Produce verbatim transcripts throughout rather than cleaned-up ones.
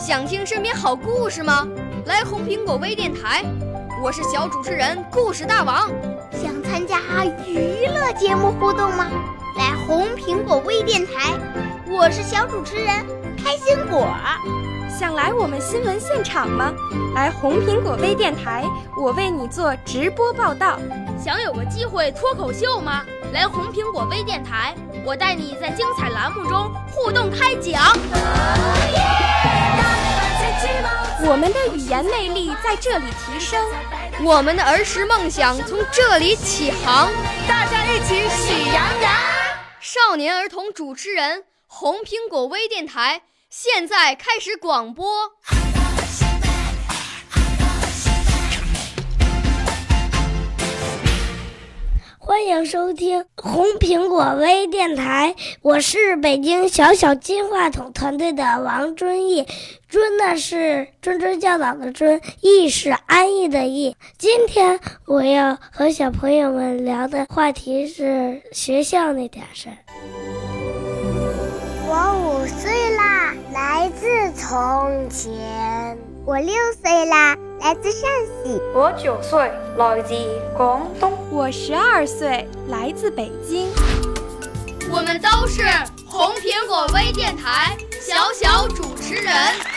想听身边好故事吗？来红苹果微电台，我是小主持人故事大王。 想参加娱乐节目互动吗？来红苹果微电台，我是小主持人开心果。 想来我们新闻现场吗？来红苹果微电台，我为你做直播报道。 想有个机会脱口秀吗？来红苹果微电台，我带你在精彩栏目中互动开讲。 我们的语言魅力在这里提升， 我们的儿时梦想从这里起航。 大家一起喜羊羊。 少年儿童主持人，红苹果微电台现在开始广播。 欢迎收听红苹果微电台，我是北京小小金话筒团队的王遵义。遵呢是谆谆教导的谆，义是安逸的逸。今天我要和小朋友们聊的话题是学校那点事儿。 我五岁啦，来自从前。我六岁啦，来自陕西。 我九岁，来自广东。 我十二岁，来自北京。 我们都是红苹果微电台小小主持人。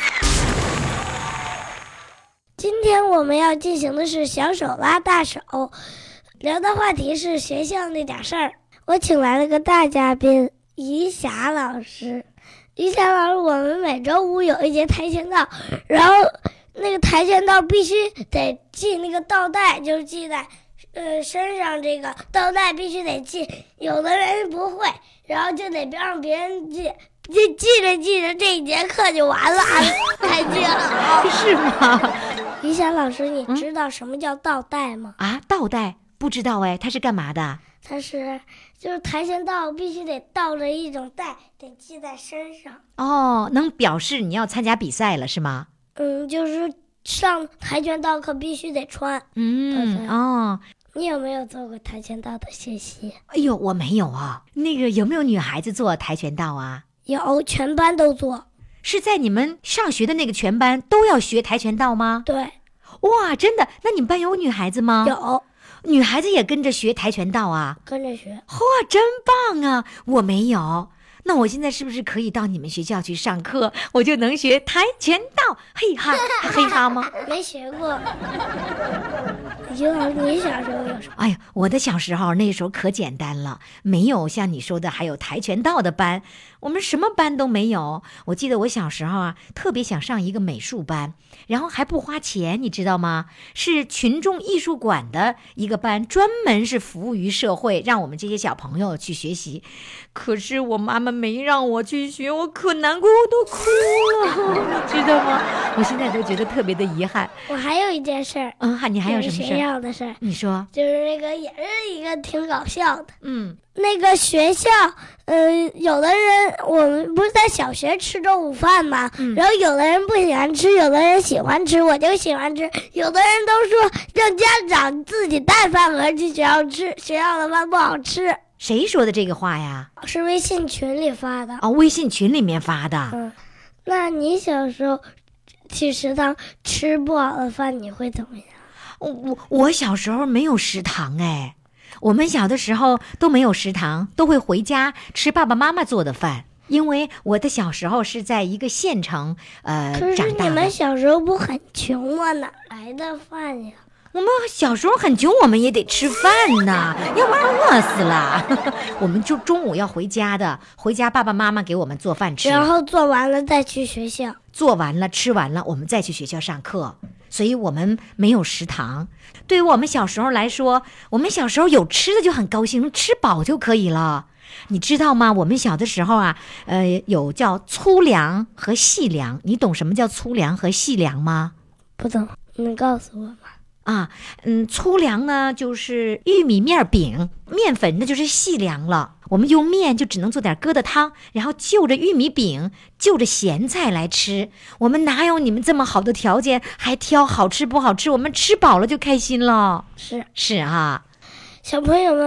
今天我们要进行的是小手拉大手，聊的话题是学校那点事儿。我请来了个大嘉宾，于霞老师。于霞老师，我们每周五有一节跆拳道，然后那个跆拳道必须得系那个倒带，就是系在呃身上，这个倒带必须得系。有的人不会，然后就得让别人系，系系着系着这一节课就完了，太绝了， 是吗？ 于霞老师，你知道什么叫倒带吗？ 嗯、啊，倒带不知道哎，它是干嘛的？ 它是就是跆拳道必须得倒着一种带，得系在身上。 哦，能表示你要参加比赛了是吗？ 嗯，就是上跆拳道课必须得穿。 嗯，哦， 你有没有做过跆拳道的学习？ 哎呦，我没有啊。那个有没有女孩子做跆拳道啊？ 有，全班都做。 是在你们上学的那个全班都要学跆拳道吗？ 对。 哇，真的？那你们班有女孩子吗？ 有。 女孩子也跟着学跆拳道啊？ 跟着学。 哇，真棒啊！我没有。那我现在是不是可以到你们学校去上课，我就能学跆拳道？嘿哈嘿哈吗？ 没学过。于老师，你小时候有什么？ 哎呀，我的小时候那时候可简单了，没有像你说的还有跆拳道的班，我们什么班都没有。我记得我小时候啊，特别想上一个美术班，然后还不花钱，你知道吗？是群众艺术馆的一个班，专门是服务于社会，让我们这些小朋友去学习。可是我妈妈没让我去学，我可难过，我都哭了，你知道吗？我现在都觉得特别的遗憾。 我还有一件事儿。 嗯，你还有什么事儿？ 学校的事儿。 你说。 就是那个也是一个挺搞笑的。 嗯。 那个学校，呃，有的人我们不是在小学吃中午饭吗？嗯、然后有的人不喜欢吃，有的人喜欢吃，我就喜欢吃。有的人都说让家长自己带饭盒去学校吃，学校的饭不好吃。 谁说的这个话呀？ 是微信群里发的。 哦，微信群里面发的。 嗯，那你小时候去食堂吃不好的饭，你会怎么样？ 我我小时候没有食堂哎。我们小的时候都没有食堂，都会回家吃爸爸妈妈做的饭。因为我的小时候是在一个县城呃长大的。 可是你们小时候不很穷吗？哪来的饭呀？ 我们小时候很穷，我们也得吃饭呢，要不然饿死了。我们就中午要回家的，回家爸爸妈妈给我们做饭吃， 然后做完了再去学校。 做完了吃完了，我们再去学校上课。所以我们没有食堂。对于我们小时候来说，我们小时候有吃的就很高兴，吃饱就可以了。你知道吗？我们小的时候啊，呃，有叫粗粮和细粮。你懂什么叫粗粮和细粮吗？ 不懂，你告诉我吧。 啊，嗯，粗粮呢就是玉米面饼，面粉那就是细粮了。我们用面就只能做点疙瘩汤，然后就着玉米饼，就着咸菜来吃。我们哪有你们这么好的条件，还挑好吃不好吃？我们吃饱了就开心了。 是是啊， 小朋友们，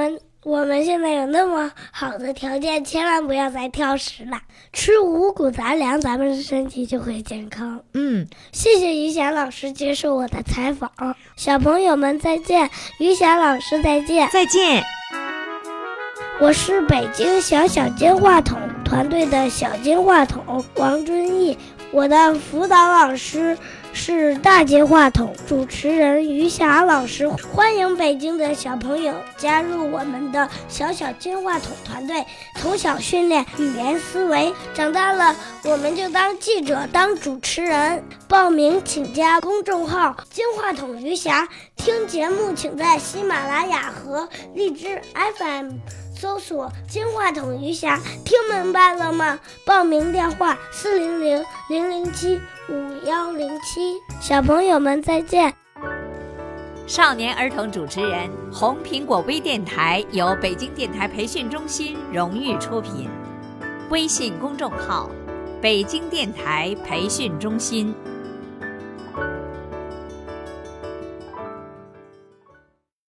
我们现在有那么好的条件，千万不要再挑食了，吃五谷杂粮，咱们身体就会健康。 嗯， 谢谢于霞老师接受我的采访，小朋友们再见，于霞老师再见。 再见。 我是北京小小金话筒团队的小金话筒王遵义，我的辅导老师是大金话筒主持人于霞老师。欢迎北京的小朋友加入我们的小小金话筒团队，从小训练语言思维，长大了我们就当记者当主持人。报名请加公众号金话筒于霞，听节目请在喜马拉雅和荔枝 F M搜索金话筒余霞，听明白了吗？报名电话四零零零零七五幺零七。小朋友们再见。 少年儿童主持人，红苹果微电台由北京电台培训中心荣誉出品，微信公众号北京电台培训中心。